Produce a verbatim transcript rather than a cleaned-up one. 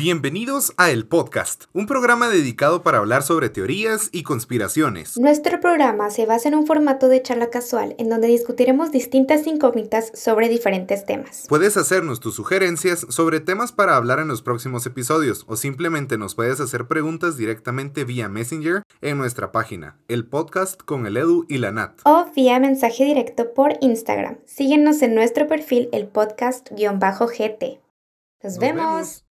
Bienvenidos a El Podcast, un programa dedicado para hablar sobre teorías y conspiraciones. Nuestro programa se basa en un formato de charla casual en donde discutiremos distintas incógnitas sobre diferentes temas. Puedes hacernos tus sugerencias sobre temas para hablar en los próximos episodios o simplemente nos puedes hacer preguntas directamente vía Messenger en nuestra página, El Podcast con el Edu y la Nat. O vía mensaje directo por Instagram. Síguenos en nuestro perfil El Podcast-G T. ¡Nos, Nos vemos. vemos.